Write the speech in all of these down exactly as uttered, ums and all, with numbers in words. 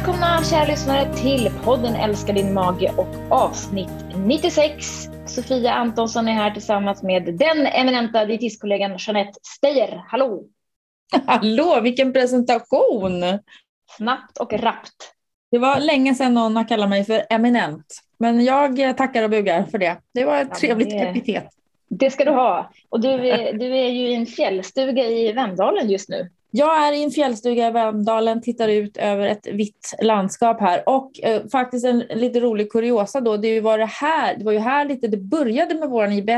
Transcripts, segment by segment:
Välkomna kära lyssnare till podden Älska din mage och avsnitt nittiosex. Sofia Antonsson är här tillsammans med den eminenta dietistkollegan Jeanette Steyer. Hallå! Hallå, vilken presentation! Snabbt och rappt. Det var länge sedan någon har kallat mig för eminent. Men jag tackar och bugar för det. Det var ett ja, trevligt det... epitet. Det ska du ha. Och du är, du är ju i en fjällstuga i Vemdalen just nu. Jag är i en fjällstuga i Vemdalen, tittar ut över ett vitt landskap här. Och eh, faktiskt en lite rolig kuriosa då. Det var, det här, det var ju här lite, det började med vår I B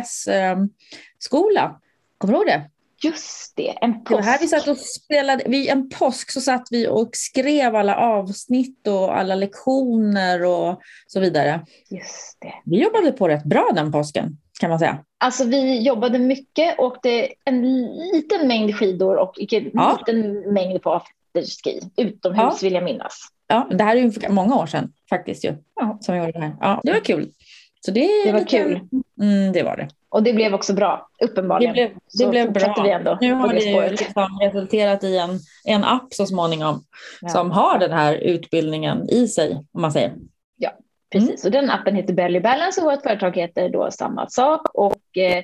S-skola. Eh, Kommer du ihåg det? Just det, en påsk. Det var här vi satt och spelade, vi, en påsk så satt vi och skrev alla avsnitt och alla lektioner och så vidare. Just det. Vi jobbade på rätt bra den påsken, kan man säga. Alltså vi jobbade mycket och det är en liten mängd skidor och en ja. liten mängd på afterski utomhus ja. vill jag minnas. Ja, det här är ju många år sedan faktiskt ju, ja. som vi gjorde det här. Ja, det var kul. Så det, det var lite... kul. Mm, det var det. Och det blev också bra, uppenbarligen. Det blev, det så blev bra. Vi ändå nu har det, det ju liksom resulterat i en, en app så småningom ja. som har den här utbildningen i sig, om man säger. Ja, precis. Mm. Och den appen heter Belly Balance och vårt företag heter då samma sak. Och eh,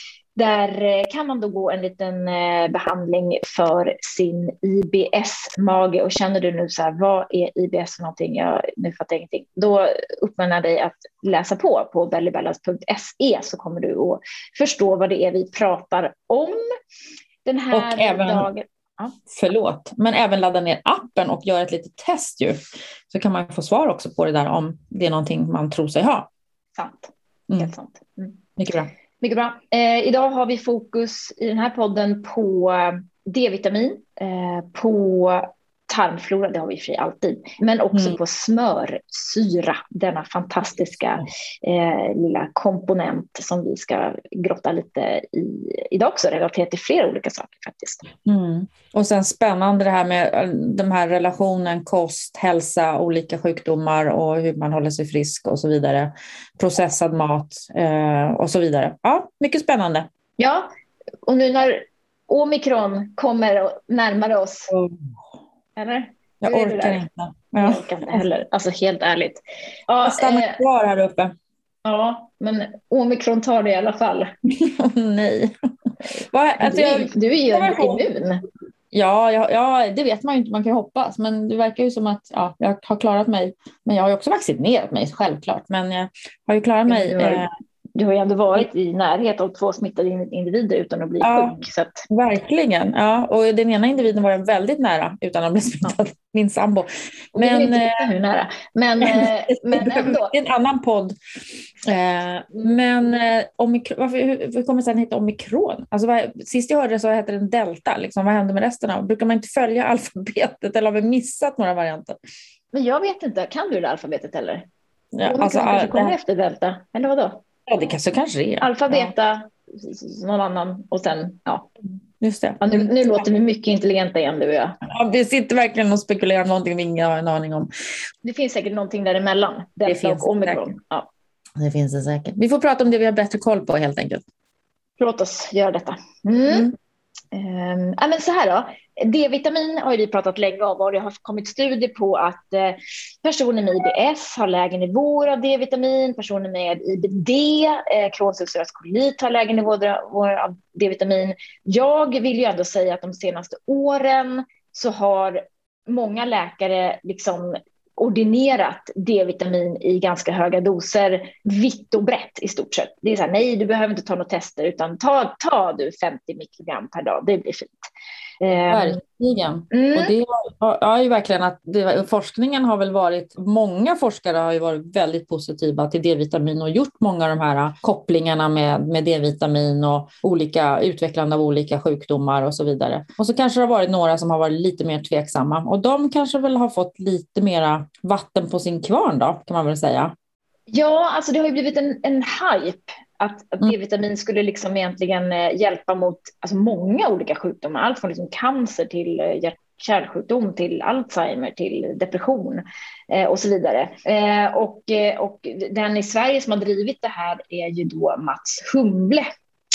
där kan man då gå en liten eh, behandling för sin I B S-mage. Och känner du nu så här, vad är I B S för någonting? Jag, nu fattar jag ingenting. Då uppmanar jag dig att läsa på på bellybalance punkt se så kommer du att förstå vad det är vi pratar om den här och även, dagen. Ja. Förlåt, men även ladda ner appen och göra ett litet test ju. Så kan man få svar också på det där om det är någonting man tror sig ha. Sant, mm. helt sant. Mm. Mycket bra. Mycket bra. Eh, idag har vi fokus i den här podden på D-vitamin, eh, på tarmflora, det har vi för sig alltid, men också mm. på smörsyra, denna fantastiska eh, lilla komponent som vi ska grotta lite i idag också, relaterat till flera olika saker faktiskt. Mm. Och sen spännande det här med de här relationen, kost, hälsa, olika sjukdomar och hur man håller sig frisk och så vidare. Processad mat eh, och så vidare. Ja, mycket spännande. Ja, och nu när omikron kommer närmare oss, oh. eller? Jag orkar inte. Ja. Jag orkar inte heller, alltså helt ärligt. Ja, jag stannar eh, kvar här uppe. Ja, men omikron tar det i alla fall. Nej. Va, alltså, du, jag, du är ju immun. Ja, ja, ja, det vet man ju inte, man kan hoppas. Men det verkar ju som att ja, jag har klarat mig. Men jag har ju också vaccinerat mig, självklart. Men jag har ju klarat mig. Du har, eh, du har ju ändå varit i närhet av två smittade individer utan att bli ja, sjuk. Så att... Verkligen, ja. Och den ena individen var jag väldigt nära utan att bli smittad. Ja. Min sambo. Men, inte veta hur nära. Men, men ändå. En annan podd. Eh, men eh, omikron, varför, hur, hur kommer det sen heta omikron? Alltså, vad, sist jag hörde det så hette den delta. Liksom, vad händer med resten av? Brukar man inte följa alfabetet eller har vi missat några varianter? Men jag vet inte, kan du det alfabetet eller? Ja, omikron alltså, kanske äh, kommer efter delta, eller vadå? Ja, det kanske, kanske det är. Alfabeta, ja. någon annan och sen, ja. Just det. Ja, nu, nu låter vi mycket intelligenta igen, du och jag. Ja, vi sitter verkligen och spekulerar någonting vi inte har en aning om. Det finns säkert någonting däremellan. Det finns och omikron. Ja. Det finns det säkert. Vi får prata om det vi har bättre koll på helt enkelt. Låt oss göra detta. Mm. Mm. Um, ja, men så här då. D-vitamin har vi pratat länge om och det har kommit studier på att eh, personer med I B S har lägre nivåer av D-vitamin, personer med I B D, eh, Crohns ulcerös kolit har lägre nivåer av D-vitamin. Jag vill ju ändå säga att de senaste åren så har många läkare liksom ordinerat D-vitamin i ganska höga doser, vitt och brett i stort sett. Det är så här, nej, du behöver inte ta några tester utan ta, ta du femtio mikrogram per dag, det blir fint. Verkligen. Mm. Och det är ju verkligen att det, forskningen har väl varit, många forskare har ju varit väldigt positiva till D-vitamin och gjort många av de här kopplingarna med, med D-vitamin och olika utvecklande av olika sjukdomar och så vidare. Och så kanske det har varit några som har varit lite mer tveksamma och de kanske väl har fått lite mera vatten på sin kvarn då, kan man väl säga. Ja, alltså det har ju blivit en, en hype att, att D-vitamin skulle liksom egentligen eh, hjälpa mot alltså många olika sjukdomar. Allt från liksom cancer till eh, hjärt-kärlsjukdom till Alzheimer till depression eh, och så vidare. Eh, och, eh, och den i Sverige som har drivit det här är ju då Mats Humble.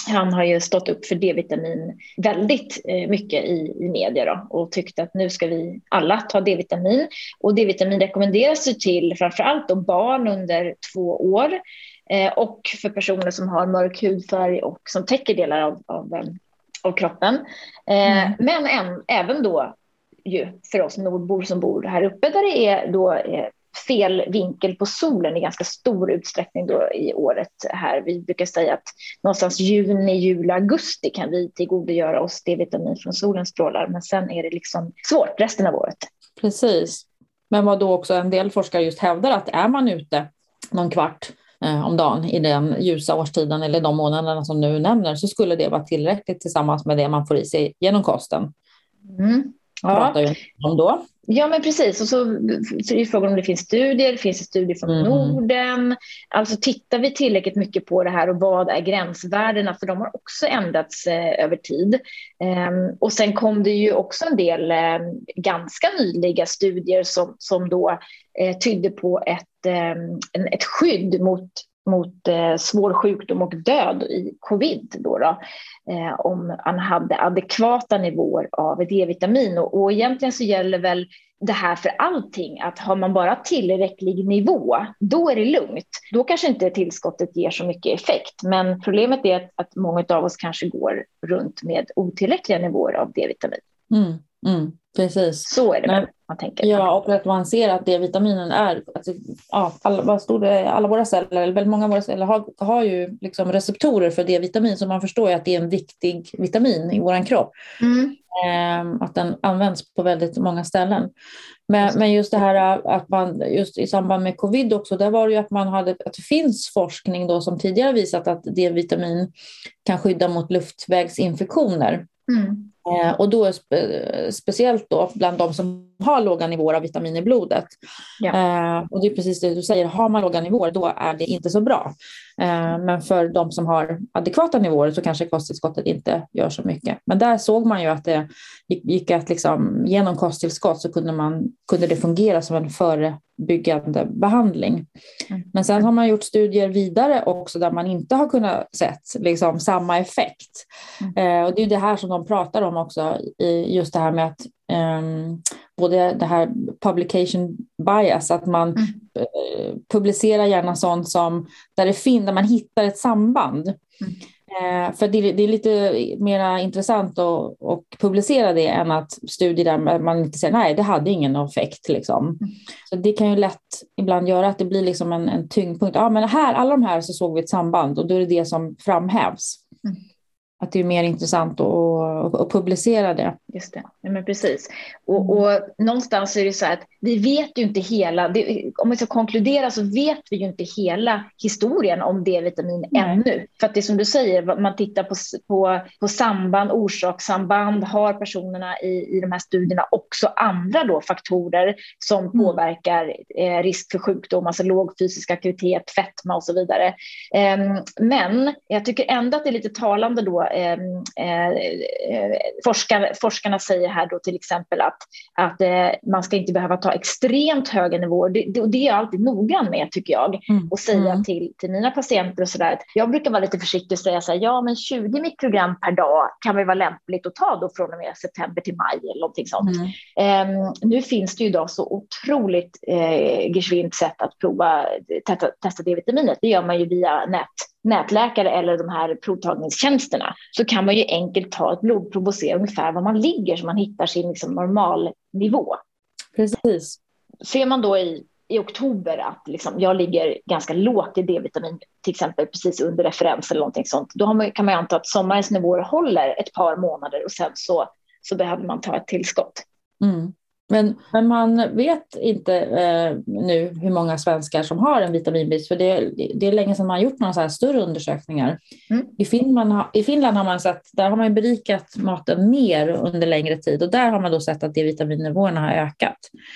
han har ju stått upp för D-vitamin väldigt mycket i, i media då, och tyckt att nu ska vi alla ta D-vitamin. Och D-vitamin rekommenderas ju till framförallt då barn under två år eh, och för personer som har mörk hudfärg och som täcker delar av, av, av kroppen. Eh, mm. Men en, även då ju för oss nordbor som bor här uppe där det är då eh, fel vinkel på solen i ganska stor utsträckning då i året här. Vi brukar säga att någonstans juni, juli, augusti kan vi tillgodogöra oss D-vitamin från solens strålar, men sen är det liksom svårt resten av året. Precis, men vad då också en del forskare just hävdar att är man ute någon kvart eh, om dagen i den ljusa årstiden eller de månaderna som du nämner, så skulle det vara tillräckligt tillsammans med det man får i sig genom kosten. Mm. Ja. Pratar ju om då. Ja, men precis. Och så, så är det frågan om det finns studier. Finns det studier från mm. Norden? Alltså tittar vi tillräckligt mycket på det här och vad är gränsvärdena? För de har också ändrats eh, över tid. Um, och sen kom det ju också en del eh, ganska nyliga studier som, som då eh, tydde på ett, eh, en, ett skydd mot mot eh, svår sjukdom och död i covid då, då eh, om man hade adekvata nivåer av D-vitamin. Och, och egentligen så gäller väl det här för allting, att har man bara tillräcklig nivå, då är det lugnt. Då kanske inte tillskottet ger så mycket effekt, men problemet är att, att många av oss kanske går runt med otillräckliga nivåer av D-vitamin. Mm, mm, precis. Så är det väl, man tänker. Ja, och att man ser att D-vitaminen är, alltså, ja, alla, vad stod det, alla våra celler, eller väldigt många av våra celler har, har ju liksom receptorer för D-vitamin, så man förstår ju att det är en viktig vitamin i vår kropp. Mm. Eh, att den används på väldigt många ställen. Men, men just det här att man, just i samband med covid också, där var det ju att man hade, att det finns forskning då som tidigare visat att D-vitamin kan skydda mot luftvägsinfektioner. Mm. Eh, och då spe, speciellt då bland de som har låga nivåer av vitamin i blodet. Ja. Eh, och det är precis det du säger, har man låga nivåer då är det inte så bra. Eh, men för de som har adekvata nivåer så kanske kosttillskottet inte gör så mycket. Men där såg man ju att det gick, gick att liksom, genom kosttillskott så kunde, man, kunde det fungera som en förebyggande behandling. Mm. Men sen har man gjort studier vidare också där man inte har kunnat sett liksom, samma effekt. Mm. Eh, och det är det här som de pratar om också, i just det här med att Um, både det här publication bias, att man mm. uh, publicerar gärna sånt som där det finns, där man hittar ett samband. Mm. Uh, för det, det är lite mer intressant att, att publicera det än att studier där man inte säger nej, det hade ingen effekt liksom. Mm. Så det kan ju lätt ibland göra att det blir liksom en, en tyngdpunkt. Ja, men här, alla de här så såg vi ett samband och då är det det som framhävs. Mm. Att det är mer intressant att, att publicera det. Just det, ja, men precis. Och, och någonstans är det så att vi vet ju inte hela, det, om vi ska konkludera så vet vi ju inte hela historien om D-vitamin Nej. ännu. För att det är som du säger, man tittar på, på, på samband, orsakssamband, har personerna i, i de här studierna också andra då faktorer som mm. påverkar eh, risk för sjukdom, alltså låg fysisk aktivitet, fetma och så vidare. Eh, men jag tycker ändå att det är lite talande då. Eh, eh, forskar, forskarna säger här då till exempel att, att eh, man ska inte behöva ta extremt höga nivåer. Det, det, och det är jag alltid noggrann med, tycker jag. Mm. Och säga mm. till, till mina patienter och sådär. Jag brukar vara lite försiktig och säga så här, ja men tjugo mikrogram per dag kan väl vara lämpligt att ta då från och med september till maj eller någonting sånt. Mm. Eh, nu finns det ju idag så otroligt eh, geschwint sätt att prova testa, testa D-vitaminet. Det gör man ju via nät. nätläkare eller de här provtagningstjänsterna, så kan man ju enkelt ta ett blodprov och se ungefär var man ligger så man hittar sin liksom normal nivå. Precis. Ser man då i, i oktober att liksom, jag ligger ganska lågt i D-vitamin, till exempel precis under referens eller någonting sånt, då har man, kan man anta att sommarens nivåer håller ett par månader och sen så, så behöver man ta ett tillskott. Mm. Men, men man vet inte eh, nu hur många svenskar som har en vitaminbrist, för det, det är länge sedan man har gjort några så här större undersökningar. Mm. I, Finland, I Finland har man sett, där har man berikat maten mer under längre tid och där har man då sett att D-vitaminnivåerna har ökat.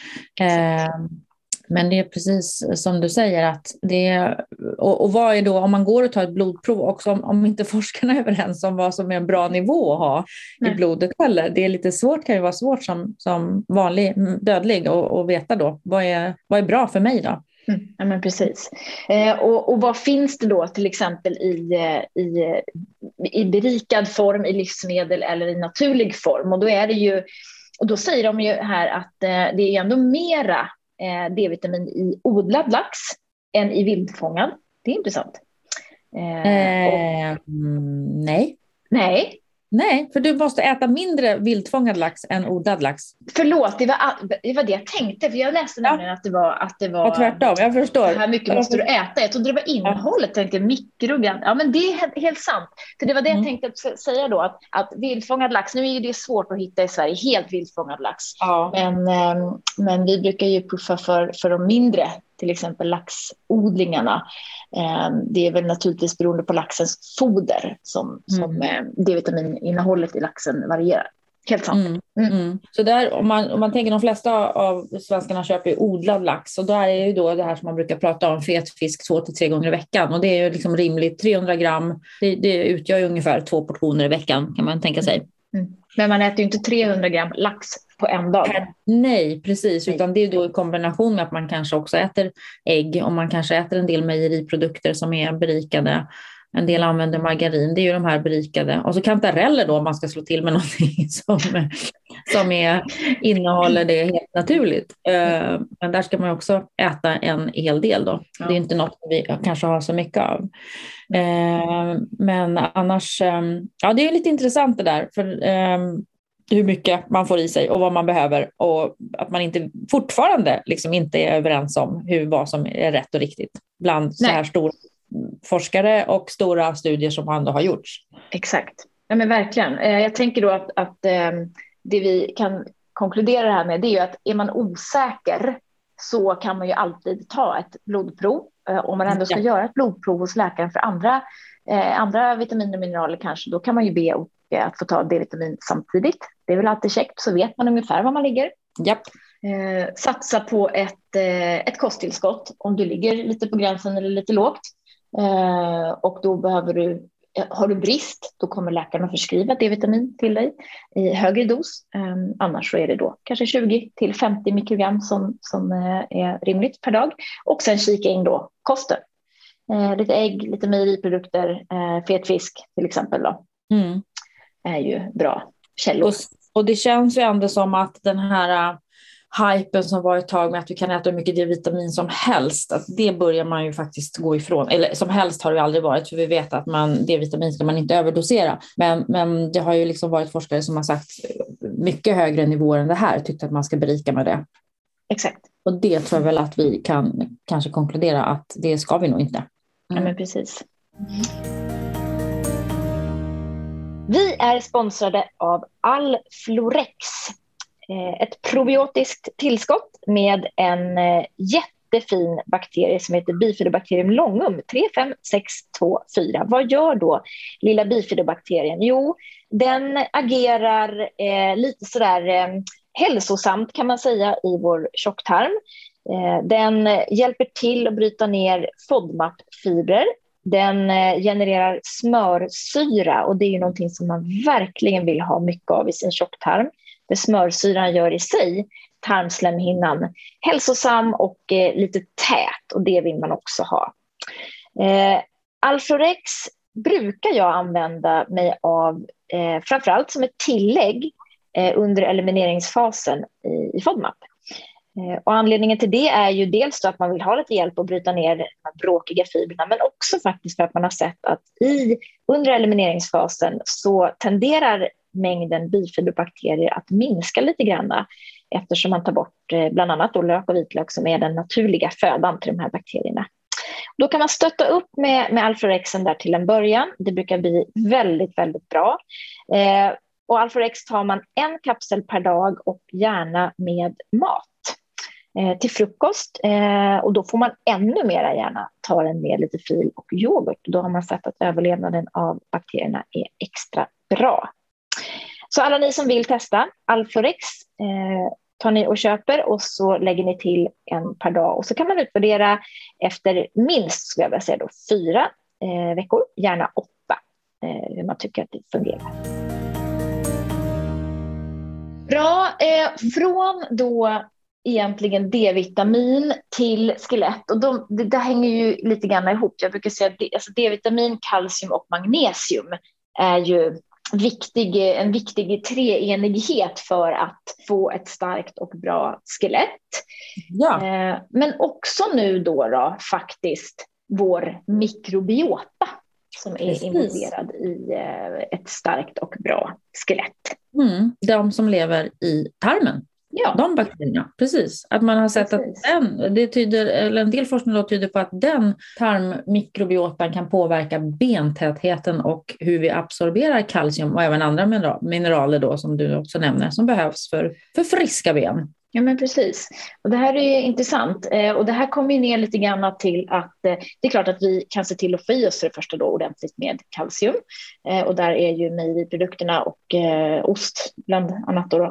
Eh, men det är precis som du säger att det, och, och vad är då, om man går och tar ett blodprov också, om, om inte forskarna är överens om vad som är en bra nivå att ha Nej. i blodet heller. Det är lite svårt, kan ju vara svårt som, som vanlig dödlig och, och veta då, vad är, vad är bra för mig då? Mm, ja, men precis. Eh, och, och vad finns det då till exempel i, i, i berikad form i livsmedel eller i naturlig form? Och då är det ju, och då säger de ju här att eh, det är ändå mera eh, D-vitamin i odlad lax än i vildfångad. Det är intressant. Eh, och, eh, nej. Nej. Nej, för du måste äta mindre vildfångad lax än odlad lax. Förlåt, det var, det var det jag tänkte. För jag läste ja. nämligen att det var... Att det var ja, tvärtom, jag förstår. Så här mycket måste du äta. Jag trodde det var innehållet. Jag tänkte mikrogram. Ja, men det är helt sant. För det var det mm. jag tänkte säga då. Att, att vildfångad lax, nu är det svårt att hitta i Sverige helt vildfångad lax. Ja. Men, men vi brukar ju puffa för, för de mindre, till exempel laxodlingarna. Det är väl naturligtvis beroende på laxens foder som, som mm. D-vitamininnehållet i laxen varierar. Helt sant. Mm. Mm. Mm. Så där, om man, om man tänker de flesta av svenskarna köper ju odlad lax, och där är ju då det här som man brukar prata om, fetfisk två till tre gånger i veckan, och det är ju liksom rimligt trehundra gram, det, det utgör ju ungefär två portioner i veckan kan man tänka sig. Mm. Men man äter ju inte trehundra gram lax på en dag. Nej, precis. Utan det är då i kombination med att man kanske också äter ägg, och man kanske äter en del mejeriprodukter som är berikade. En del använder margarin, det är ju de här berikade. Och så kantareller då, om man ska slå till med någonting som, som är, innehåller det helt naturligt. Men där ska man också äta en hel del då. Det är inte något vi kanske har så mycket av. Men annars, ja, det är lite intressant det där. För hur mycket man får i sig och vad man behöver, och att man inte fortfarande liksom inte är överens om hur, vad som är rätt och riktigt bland så här stora forskare och stora studier som ändå har gjorts. Exakt. Ja, men verkligen. Jag tänker då att, att det vi kan konkludera här med, det är ju att är man osäker så kan man ju alltid ta ett blodprov. Om man ändå ska ja. göra ett blodprov hos läkaren för andra, andra vitaminer och mineraler kanske, då kan man ju be och att få ta D-vitamin samtidigt. Det är väl alltid käckt, så vet man ungefär var man ligger. Japp. Eh, satsa på ett, eh, ett kosttillskott om du ligger lite på gränsen eller lite lågt. Eh, och då behöver du, har du brist, då kommer läkaren att förskriva D-vitamin till dig i högre dos. Eh, annars så är det då kanske tjugo till femtio mikrogram som, som eh, är rimligt per dag. Och sen kika in då kosten. Eh, lite ägg, lite mejeriprodukter, eh, fetfisk till exempel då. Mm. Är ju bra källor. Och, och det känns ju ändå som att den här uh, hypen som var ett tag med att du kan äta hur mycket D-vitamin som helst, att det börjar man ju faktiskt gå ifrån. Eller som helst har det ju aldrig varit, för vi vet att man, D-vitamin ska man inte överdosera. Men, men det har ju liksom varit forskare som har sagt mycket högre nivåer än det här, tyckte att man ska berika med det. Exakt. Och det tror jag väl att vi kan kanske konkludera att det ska vi nog inte. Mm. Ja, men precis. Vi är sponsrade av Alflorex, ett probiotiskt tillskott med en jättefin bakterie som heter Bifidobacterium longum tre fem sex två fyra. Vad gör då lilla bifidobakterien? Jo, den agerar eh, lite sådär eh, hälsosamt kan man säga i vår tjocktarm. Eh, den hjälper till att bryta ner FODMAP-fibrer. Den genererar smörsyra, och det är ju någonting som man verkligen vill ha mycket av i sin tjocktarm. Det smörsyran gör i sig tarmslemhinnan hälsosam och eh, lite tät, och det vill man också ha. Eh, Alflorex brukar jag använda mig av eh, framförallt som ett tillägg eh, under elimineringsfasen i, i FODMAP. Och anledningen till det är ju dels att man vill ha lite hjälp att bryta ner de här bråkiga fibrerna, men också faktiskt för att man har sett att i, under elimineringsfasen så tenderar mängden bifidobakterier att minska lite grann, eftersom man tar bort bland annat då lök och vitlök som är den naturliga födan till de här bakterierna. Då kan man stötta upp med, med Alflorexen där till en början. Det brukar bli väldigt, väldigt bra. Eh, och Alflorex tar man en kapsel per dag och gärna med mat. Till frukost, eh, och då får man ännu mer gärna ta den med lite fil och yoghurt. Då har man sett att överlevnaden av bakterierna är extra bra. Så alla ni som vill testa Alflorex eh, tar ni och köper, och så lägger ni till en per dag, och så kan man utvärdera efter minst, skulle jag vilja säga då, fyra eh, veckor, gärna åtta, eh, hur man tycker att det fungerar. Bra, eh, från då egentligen D-vitamin till skelett. Och de, det, det hänger ju lite grann ihop. Jag brukar säga att D, alltså D-vitamin, kalcium och magnesium är ju viktig, en viktig treenighet för att få ett starkt och bra skelett. Ja. Eh, men också nu då, då faktiskt vår mikrobiota som är Precis. involverad i eh, ett starkt och bra skelett. Mm, de som lever i tarmen. Ja. De bakterierna, precis. Att man har sett precis. att den, det tyder, eller en del forskning då tyder på att den tarmmikrobiotan kan påverka bentätheten och hur vi absorberar kalcium och även andra mineraler då som du också nämner som behövs för, för friska ben. Ja, men precis. Och det här är intressant. Eh, och det här kommer ju ner lite grann till att eh, det är klart att vi kan se till att få i oss för det första då ordentligt med kalcium. Eh, och där är ju mejeriprodukterna och eh, ost bland annat då,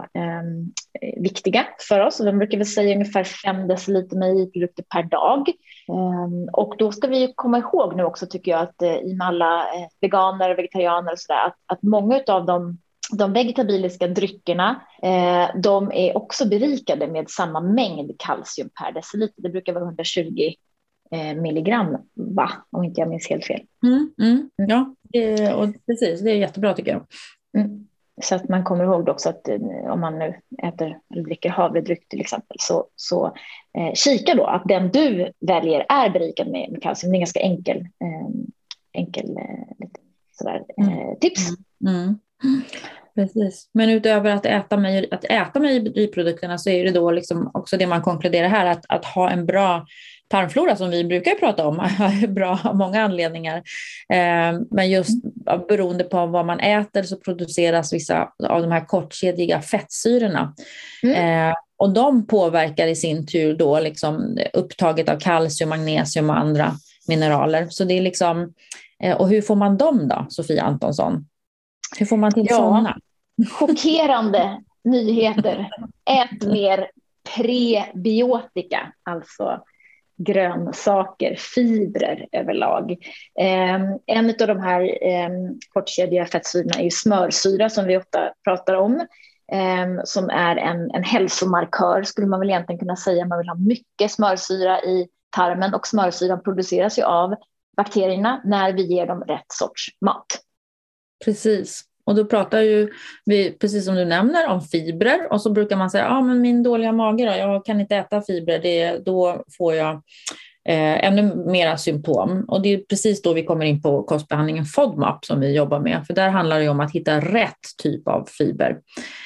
eh, viktiga för oss. Och de brukar väl säga ungefär fem deciliter mejeriprodukter per dag. Eh, och då ska vi komma ihåg nu också tycker jag att eh, i med alla eh, veganer, vegetarianer och sådär att, att många av dem De vegetabiliska dryckerna, eh, de är också berikade med samma mängd kalcium per deciliter. Det brukar vara hundratjugo eh, milligram, va? Om inte jag minns helt fel. Mm, mm, ja, det, och precis. Det är jättebra tycker jag. Mm. Så att man kommer ihåg också att eh, om man nu äter eller dricker havredryck till exempel så, så eh, kika då att den du väljer är berikad med, med kalcium. Det är en ganska enkel, eh, enkel eh, lite sådär, eh, tips. Mm. Mm. Precis. Men utöver att äta med, att äta mejeriprodukterna så är det då liksom också det man konkluderar här att, att ha en bra tarmflora som vi brukar prata om är bra av många anledningar. Eh, men just beroende på vad man äter så produceras vissa av de här kortkedjiga fettsyrorna. Mm. Eh, och de påverkar i sin tur då liksom upptaget av kalcium, magnesium och andra mineraler. Så det är liksom, eh, och hur får man dem då, Sofia Antonsson? Hur får man till ja, sådana? Chockerande nyheter. Ät mer prebiotika, alltså grönsaker, fibrer överlag. Eh, en av de här eh, kortkedjiga fettsyrorna är ju smörsyra som vi ofta pratar om. Eh, som är en, en hälsomarkör skulle man väl egentligen kunna säga. Man vill ha mycket smörsyra i tarmen och smörsyran produceras ju av bakterierna när vi ger dem rätt sorts mat. Precis. Och då pratar ju vi, precis som du nämner, om fibrer. Och så brukar man säga, ja ah, men min dåliga mage då, jag kan inte äta fibrer. Det, då får jag eh, ännu mera symptom. Och det är precis då vi kommer in på kostbehandlingen FODMAP som vi jobbar med. För där handlar det om att hitta rätt typ av fiber.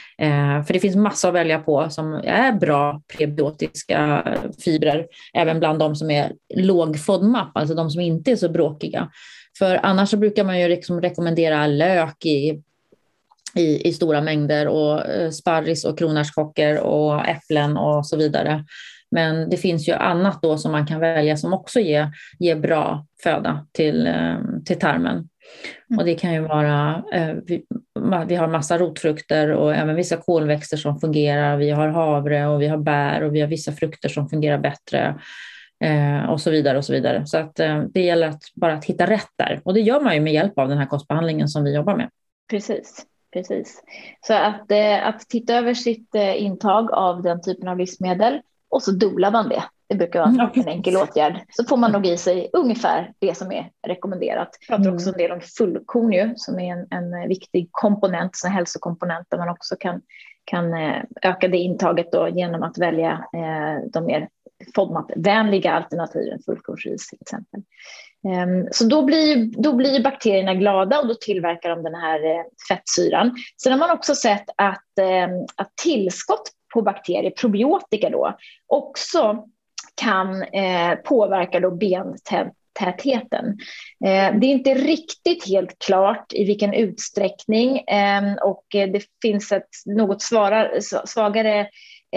Eh, för det finns massa att välja på som är bra prebiotiska fibrer. Även bland de som är låg FODMAP, alltså de som inte är så bråkiga. För annars så brukar man ju liksom rekommendera lök i, i, i stora mängder och eh, sparris och kronärtskockor och äpplen och så vidare. Men det finns ju annat då som man kan välja som också ger, ger bra föda till, eh, till tarmen. Mm. Och det kan ju vara, eh, vi, vi har massa rotfrukter och även vissa kolväxter som fungerar. Vi har havre och vi har bär och vi har vissa frukter som fungerar bättre. Eh, och så vidare och så vidare. Så att eh, det gäller att bara att hitta rätt där. Och det gör man ju med hjälp av den här kostbehandlingen som vi jobbar med. Precis, precis. Så att, eh, att titta över sitt eh, intag av den typen av livsmedel och så dolar man det. Det brukar vara mm. en enkel åtgärd. Så får man nog i sig ungefär det som är rekommenderat. Jag pratar också en del om fullkorn ju, som är en, en viktig komponent, en hälsokomponent där man också kan, kan eh, öka det intaget då genom att välja eh, de mer FODMAP-vänliga alternativen, fullkornsris till exempel. Um, så då blir, då blir bakterierna glada och då tillverkar de den här eh, fettsyran. Sen har man också sett att, eh, att tillskott på bakterier, probiotika då, också kan eh, påverka då bentätheten. Eh, det är inte riktigt helt klart i vilken utsträckning eh, och det finns ett något svara, svagare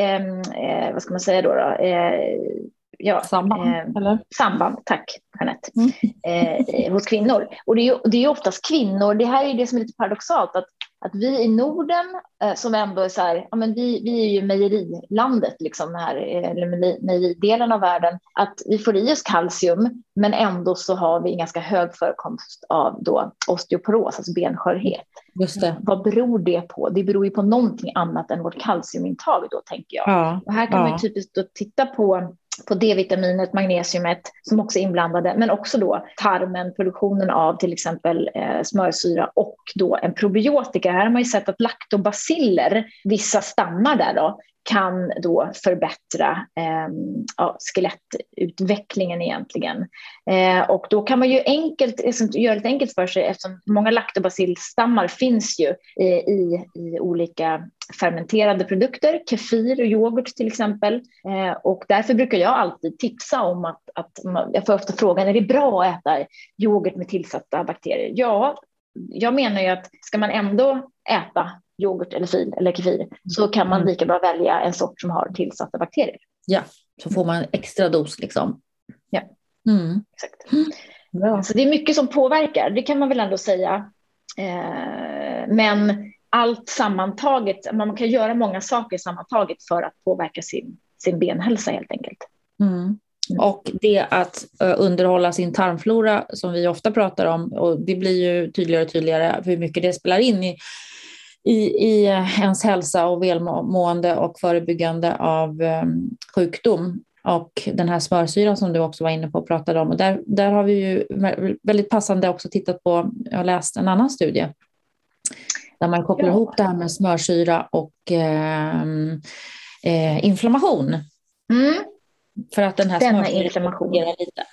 Eh, vad ska man säga då? då? Eh, ja, samband, eh, eller? Samband, tack Jeanette, mm. eh, hos kvinnor. Och det är ju det är oftast kvinnor, det här är det som är lite paradoxalt, att att vi i Norden, eh, som ändå är så här, ja, men vi, vi är ju mejerilandet, liksom här, eller mejeridelen av världen, att vi får i oss kalcium, men ändå så har vi en ganska hög förekomst av då osteoporos, alltså benskörhet. Just det. Vad beror det på? Det beror ju på någonting annat än vårt kalciumintag då, tänker jag. Ja, och här kan ja. man ju typiskt då titta på på D-vitaminet, magnesiumet som också är inblandade, men också då tarmen, produktionen av till exempel eh, smörsyra och då en probiotika. Här har man ju sett att laktobaciller, vissa stammar där då, kan då förbättra eh, ja, skelettutvecklingen egentligen. Eh, och då kan man ju enkelt, göra det enkelt för sig, eftersom många laktobacillstammar finns ju eh, i, i olika fermenterade produkter, kefir och yoghurt till exempel. Eh, och därför brukar jag alltid tipsa om att, att man, jag får ofta frågan, är det bra att äta yoghurt med tillsatta bakterier? Ja, jag menar ju att ska man ändå äta yoghurt eller fil eller kefir så kan man lika bra välja en sort som har tillsatta bakterier. Ja, så får man en extra dos liksom. Ja, mm. exakt. Mm. Så det är mycket som påverkar, det kan man väl ändå säga. Eh, men allt sammantaget, man kan göra många saker sammantaget för att påverka sin, sin benhälsa helt enkelt. Mm. Och det att underhålla sin tarmflora som vi ofta pratar om, och det blir ju tydligare och tydligare hur mycket det spelar in i, i, i ens hälsa och välmående och förebyggande av um, sjukdom. Och den här smörsyran som du också var inne på och pratade om, och där, där har vi ju väldigt passande också tittat på, jag har läst en annan studie där man kopplar ja. ihop det här med smörsyra och eh, eh, inflammation. Mm. För att den här Denna smörsyran fungerar lite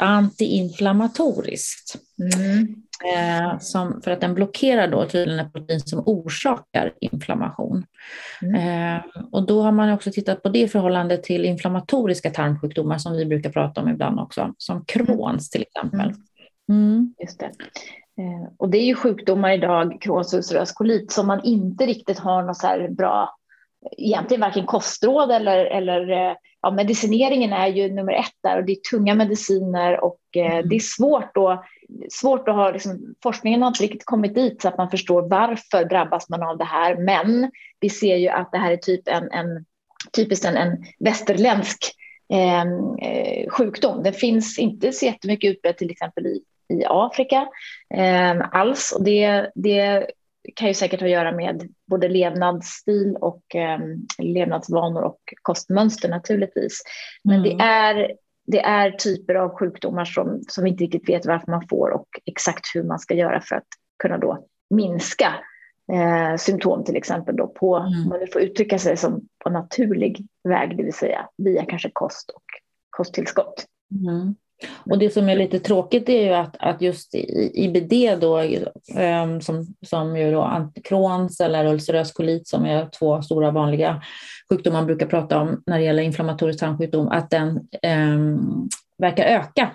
antiinflammatoriskt. Mm. Eh, som, för att den blockerar då tydligen ett protein som orsakar inflammation. Mm. Eh, och då har man också tittat på det i förhållande till inflammatoriska tarmsjukdomar som vi brukar prata om ibland också, som Crohns till exempel. Mm. Just det. Och det är ju sjukdomar idag, Crohns ulcerös kolit, som man inte riktigt har något så här bra, egentligen varken kostråd eller, eller ja, medicineringen är ju nummer ett där, och det är tunga mediciner och mm. det är svårt då, svårt att ha, liksom, forskningen har inte riktigt kommit dit så att man förstår varför drabbas man av det här, men vi ser ju att det här är typ en, en typiskt en, en västerländsk eh, sjukdom. Det finns inte så jättemycket utbrett till exempel i i Afrika eh, alls, och det, det kan ju säkert ha att göra med både levnadsstil och eh, levnadsvanor och kostmönster naturligtvis. Men mm. det, är, det är typer av sjukdomar som, som vi inte riktigt vet varför man får och exakt hur man ska göra för att kunna då minska eh, symptom till exempel då på, mm. om man får uttrycka sig som på naturlig väg, det vill säga via kanske kost och kosttillskott. Mm. Och det som är lite tråkigt är ju att, att just I B D då, um, som, som ju då Crohns eller ulcerös kolit, som är två stora vanliga sjukdomar man brukar prata om när det gäller inflammatorisk tarmsjukdom, att den um, verkar öka.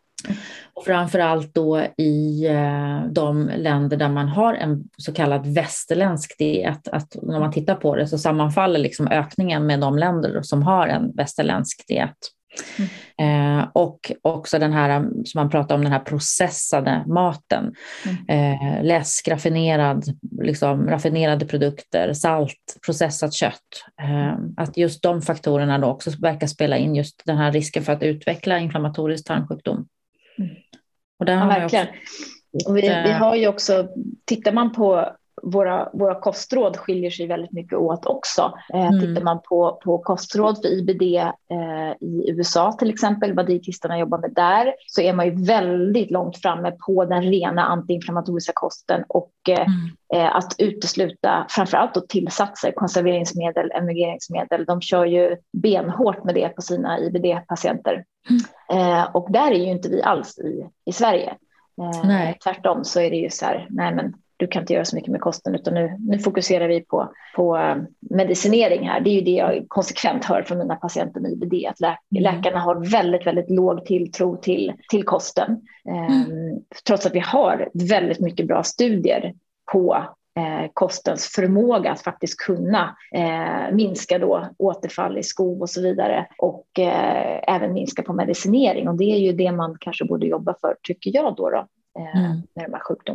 Och framförallt då i uh, de länder där man har en så kallad västerländsk diet, att när man tittar på det så sammanfaller liksom ökningen med de länder som har en västerländsk diet. Mm. Eh, och också den här som man pratar om, den här processade maten, mm. eh, läsk, raffinerad, liksom, raffinerade produkter, salt, processat kött, eh, att just de faktorerna då också verkar spela in just den här risken för att utveckla inflammatorisk tarmsjukdom. Mm. Och där ja, har verkligen. Också, vi, vi har ju också, tittar man på Våra, våra kostråd skiljer sig väldigt mycket åt också. Eh, mm. Tittar man på, på kostråd för I B D eh, i U S A till exempel, vad dietisterna jobbar med där, så är man ju väldigt långt framme på den rena antiinflammatoriska kosten och eh, mm. eh, att utesluta framförallt då tillsatser, konserveringsmedel, emulgeringsmedel. De kör ju benhårt med det på sina I B D-patienter. Mm. Eh, och där är ju inte vi alls i, i Sverige. Eh, nej. Tvärtom så är det ju så här, nej men du kan inte göra så mycket med kosten, utan nu, nu fokuserar vi på, på medicinering här. Det är ju det jag konsekvent hör från mina patienter med I B D, att lä- mm. läkarna har väldigt, väldigt låg tilltro till, till kosten. Mm. Um, trots att vi har väldigt mycket bra studier på eh, kostens förmåga att faktiskt kunna eh, minska då återfall i skov och så vidare, och eh, även minska på medicinering. Och det är ju det man kanske borde jobba för, tycker jag då, då eh, mm. med de här sjukdomarna.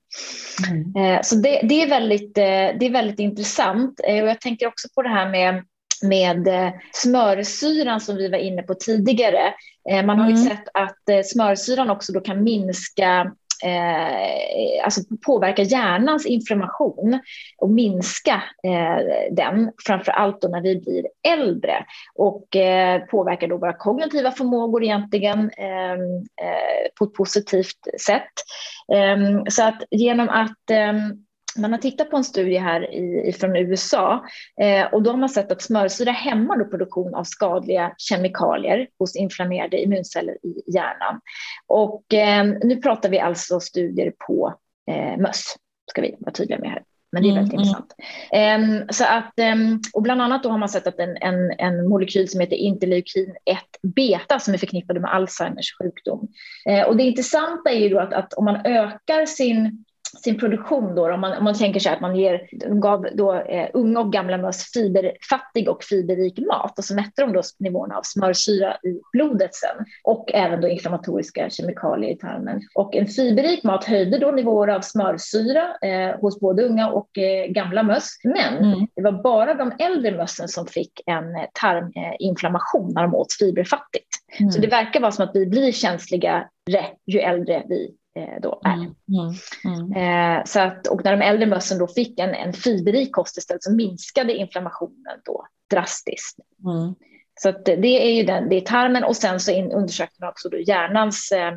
Mm. Så det, det, är väldigt, det är väldigt intressant. Och jag tänker också på det här med, med smörsyran som vi var inne på tidigare. Man har ju mm. sett att smörsyran också då kan minska Eh, alltså påverka hjärnans inflammation och minska eh, den, framför allt då när vi blir äldre, och eh, påverkar då våra kognitiva förmågor egentligen eh, eh, på ett positivt sätt. Eh, så att genom att eh, man har tittat på en studie här i, från U S A eh, och då har man sett att smörsyra hämmar då produktion av skadliga kemikalier hos inflammerade immunceller i hjärnan. Och eh, nu pratar vi alltså studier på eh, möss, ska vi vara tydliga med här. Men det är väldigt mm, intressant. Mm. Um, så att, um, och bland annat då har man sett att en, en, en molekyl som heter interleukin ett beta som är förknippad med Alzheimers sjukdom. Uh, och det intressanta är ju då att, att om man ökar sin sin produktion då, om man, om man tänker sig att man ger, gav då, eh, unga och gamla möss fiberfattig och fiberrik mat, och så mätte de då nivåerna av smörsyra i blodet sen, och även då inflammatoriska kemikalier i tarmen. Och en fiberrik mat höjde då nivåer av smörsyra eh, hos både unga och eh, gamla möss, men mm. det var bara de äldre mössen som fick en tarminflammation när de åt fiberfattigt. Mm. Så det verkar vara som att vi blir känsliga ju äldre vi då är. Mm, mm, mm. Eh, så att, och när de äldre mössen då fick en, en fiberrik kost istället, så minskade inflammationen då drastiskt. Mm. Så att det är ju den, det är tarmen, och sen så in, undersökte man också då hjärnans eh,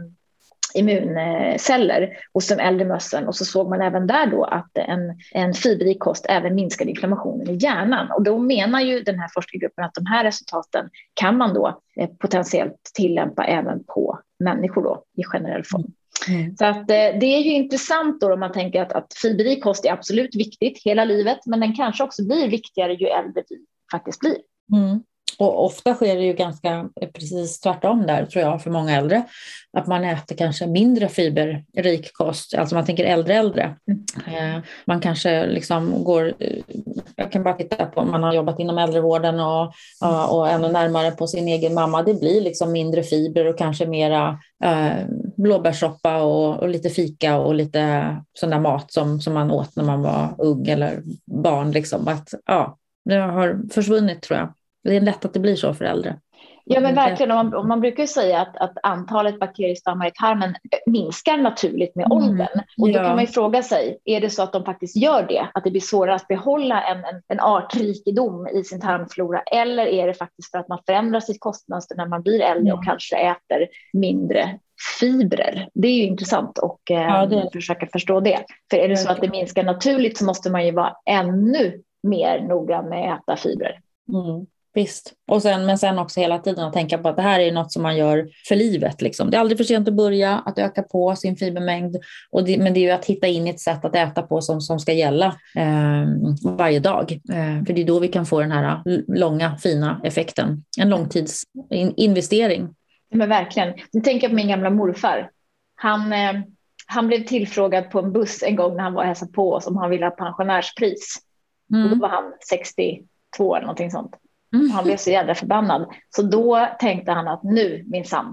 immunceller hos de äldre mössen, och så såg man även där då att en, en fiberrik kost även minskade inflammationen i hjärnan. Och då menar ju den här forskargruppen att de här resultaten kan man då eh, potentiellt tillämpa även på människor då i generell form. Mm. Så att, eh, det är ju intressant då om man tänker att, att fiberrik kost är absolut viktigt hela livet, men den kanske också blir viktigare ju äldre vi faktiskt blir. Mm. Och ofta sker det ju ganska precis tvärtom där, tror jag, för många äldre. Att man äter kanske mindre fiberrik kost, alltså man tänker äldre äldre. Mm. Eh, man kanske liksom går, jag kan bara titta på om man har jobbat inom äldrevården och, och, och ännu närmare på sin egen mamma. Det blir liksom mindre fiber och kanske mera eh, blåbärssoppa och, och lite fika och lite sån där mat som, som man åt när man var ung eller barn. Liksom. Att, ja, det har försvunnit, tror jag. Det är lätt att det blir så för äldre. Ja, men verkligen. Man, man brukar ju säga att, att antalet bakteriestammar i tarmen minskar naturligt med åldern. Mm, och då ja. kan man ju fråga sig, är det så att de faktiskt gör det? Att det blir svårare att behålla en, en, en artrikedom i sin tarmflora? Eller är det faktiskt för att man förändrar sitt kostmönster när man blir äldre mm. och kanske äter mindre fibrer? Det är ju intressant att eh, ja, det... försöka förstå det. För är det så att det minskar naturligt, så måste man ju vara ännu mer noga med att äta fibrer. Mm. Visst. Och sen, men sen också hela tiden att tänka på att det här är något som man gör för livet. Liksom. Det är aldrig för sent att börja, att öka på sin fibermängd. Och det, men det är ju att hitta in ett sätt att äta på som, som ska gälla eh, varje dag. Eh, för det är då vi kan få den här långa, fina effekten. En långtidsinvestering. Men verkligen. Nu tänker jag på min gamla morfar. Han, eh, han blev tillfrågad på en buss en gång när han var och hälsade på oss om han ville ha pensionärspris. Mm. Och då var han sextiotvå eller någonting sånt. Mm. Han blev så jävla förbannad. Så då tänkte han att nu, minsann.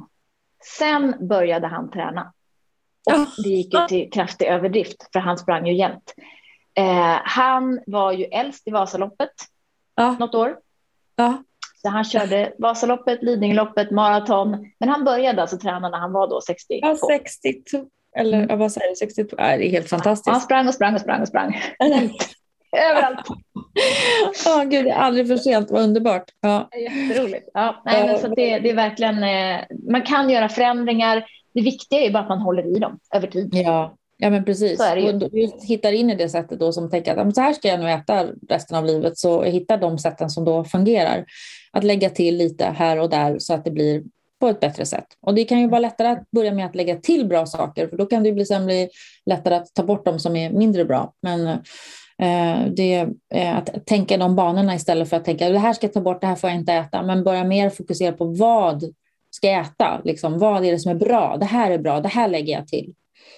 Sen började han träna. Och det gick ju till kraftig överdrift, för han sprang ju jämt. Eh, han var ju äldst i Vasaloppet. Ja. Något år. Ja. Så han körde Vasaloppet, Lidingöloppet, maraton. Men han började alltså träna när han var då sextiotvå. Ja, sextiotvå. Eller mm. vad säger du? sextiotvå. Ja, det är helt fantastiskt. Han sprang och sprang och sprang och sprang. Överallt. Ja, oh, gud, det är aldrig för sent. Vad underbart. Ja. Jätteroligt. Ja, nej, men så det, det är verkligen, eh, man kan göra förändringar. Det viktiga är ju bara att man håller i dem över tid. Ja, ja men precis. Och du hittar in i det sättet då som tänker att så här ska jag nu äta resten av livet. Så hittar de sätten som då fungerar. Att lägga till lite här och där så att det blir på ett bättre sätt. Och det kan ju vara lättare att börja med att lägga till bra saker. För då kan det bli, sen bli lättare att ta bort dem som är mindre bra. Men det är att tänka de banorna istället för att tänka det här ska jag ta bort, det här får jag inte äta, men börja mer fokusera på vad ska jag äta, liksom, vad är det som är bra, det här är bra, det här lägger jag till.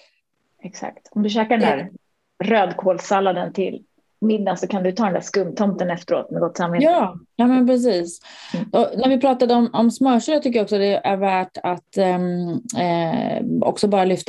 Exakt, om du käkar den där rödkålssalladen till middag så kan du ta den där skumtomten efteråt med gott samvete. Ja, ja men precis. Mm. Och när vi pratade om, om smörsyra tycker jag också det är värt att um, eh, också bara lyfta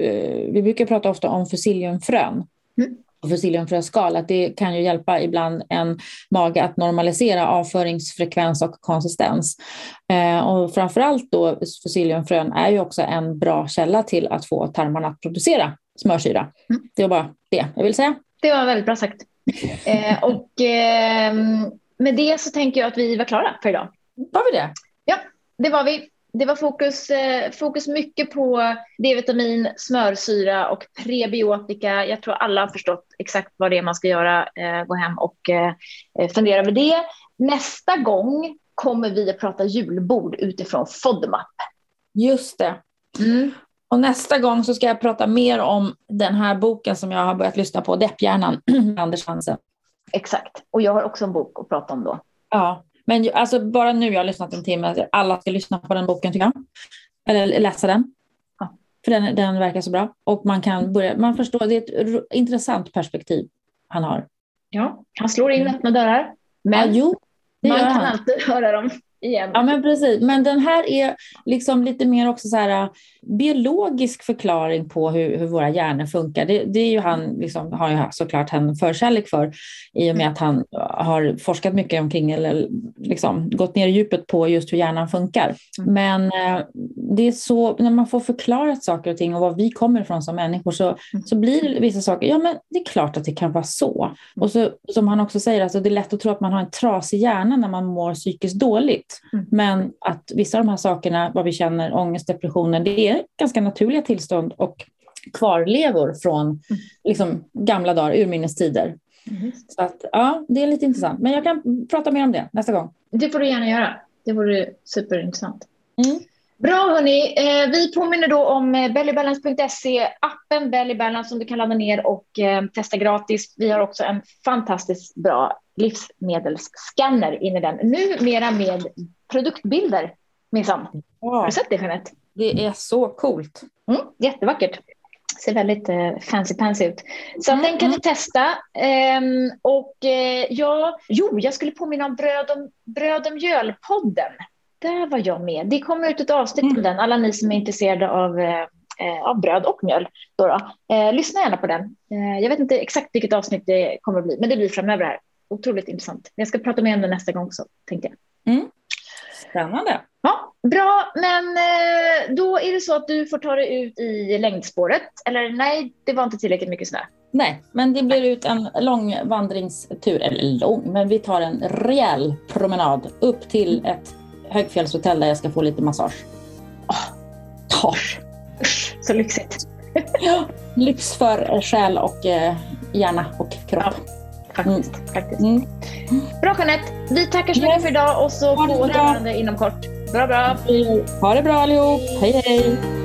vi brukar prata ofta om fusilliumfrön. Mm. Och fusilliumfröskal, att det kan ju hjälpa ibland en mage att normalisera avföringsfrekvens och konsistens. Eh, och framförallt då fusilliumfrön är ju också en bra källa till att få tarmarna att producera smörsyra. Mm. Det var bara det jag vill säga. Det var väldigt bra sagt. eh, och eh, med det så tänker jag att vi var klara för idag. Var vi det? Ja, det var vi. Det var fokus, eh, fokus mycket på D-vitamin, smörsyra och prebiotika. Jag tror alla har förstått exakt vad det är man ska göra. Eh, gå hem och eh, fundera över det. Nästa gång kommer vi att prata julbord utifrån FODMAP. Just det. Mm. Och nästa gång så ska jag prata mer om den här boken som jag har börjat lyssna på, Depphjärnan, Anders Hansen. Exakt. Och jag har också en bok att prata om då. Ja. Men alltså bara nu jag har lyssnat en timme, alla ska lyssna på den boken tycker jag. Eller läsa den. Ja. För den, den verkar så bra. Och man kan börja, man förstår, det är ett intressant perspektiv han har. Ja, han slår in öppna dörrar. Men ja, jo, man kan han. alltid höra dem igen. Ja men precis, men den här är liksom lite mer också så här biologisk förklaring på hur, hur våra hjärnor funkar. Det, det är ju han liksom, har ju såklart en förkärlek för i och med att han har forskat mycket omkring eller liksom gått ner i djupet på just hur hjärnan funkar. Mm. Men eh, det är så, när man får förklarat saker och ting och var vi kommer ifrån som människor så, mm. så blir det vissa saker, ja men det är klart att det kan vara så. Mm. Och så som han också säger, alltså, det är lätt att tro att man har en trasig hjärna när man mår psykiskt dåligt. Mm. Men att vissa av de här sakerna, vad vi känner, ångest, depressioner, det är ganska naturliga tillstånd och kvarlevor från mm. liksom, gamla dagar, urminnes-tider. Mm. Så att, ja, det är lite intressant. Men jag kan prata mer om det nästa gång. Det får du gärna göra. Det vore superintressant. Mm. Bra hörni, eh, vi påminner då om bellybalance punkt se, appen Bellybalance som du kan ladda ner och eh, testa gratis. Vi har också en fantastiskt bra livsmedelsscanner in i den. Numera med produktbilder, minsann. Ja. Har du sett det, Jeanette? Det är så coolt. Mm, jättevackert. Ser väldigt eh, fancy-pansy ut. Så mm, den kan mm. du testa. Ehm, och eh, ja, jo, jag skulle påminna om Bröd om, bröd om mjöl-podden. Där var jag med. Det kommer ut ett avsnitt mm. på den. Alla ni som är intresserade av, eh, av bröd och mjöl. Då då. Eh, lyssna gärna på den. Eh, jag vet inte exakt vilket avsnitt det kommer att bli. Men det blir framöver här. Otroligt intressant. Jag ska prata mer om det nästa gång så tänkte jag. Mm. Spännande. Ja, bra. Men eh, då är det så att du får ta dig ut i längdspåret. Eller nej, det var inte tillräckligt mycket snö. Nej, men det blir ut en lång vandringstur. Eller lång, men vi tar en rejäl promenad upp till ett högfjällshotell där jag ska få lite massage. Oh. Oh. Usch, så lyxigt. Ja, lyx för själ och eh, hjärna och kropp. Ja, faktiskt. Mm. faktiskt. Mm. Bra Jeanette, vi tackar så mycket yes. för idag och så på återhörande inom kort. Bra, bra. Ha det bra allihop. Hej, hej.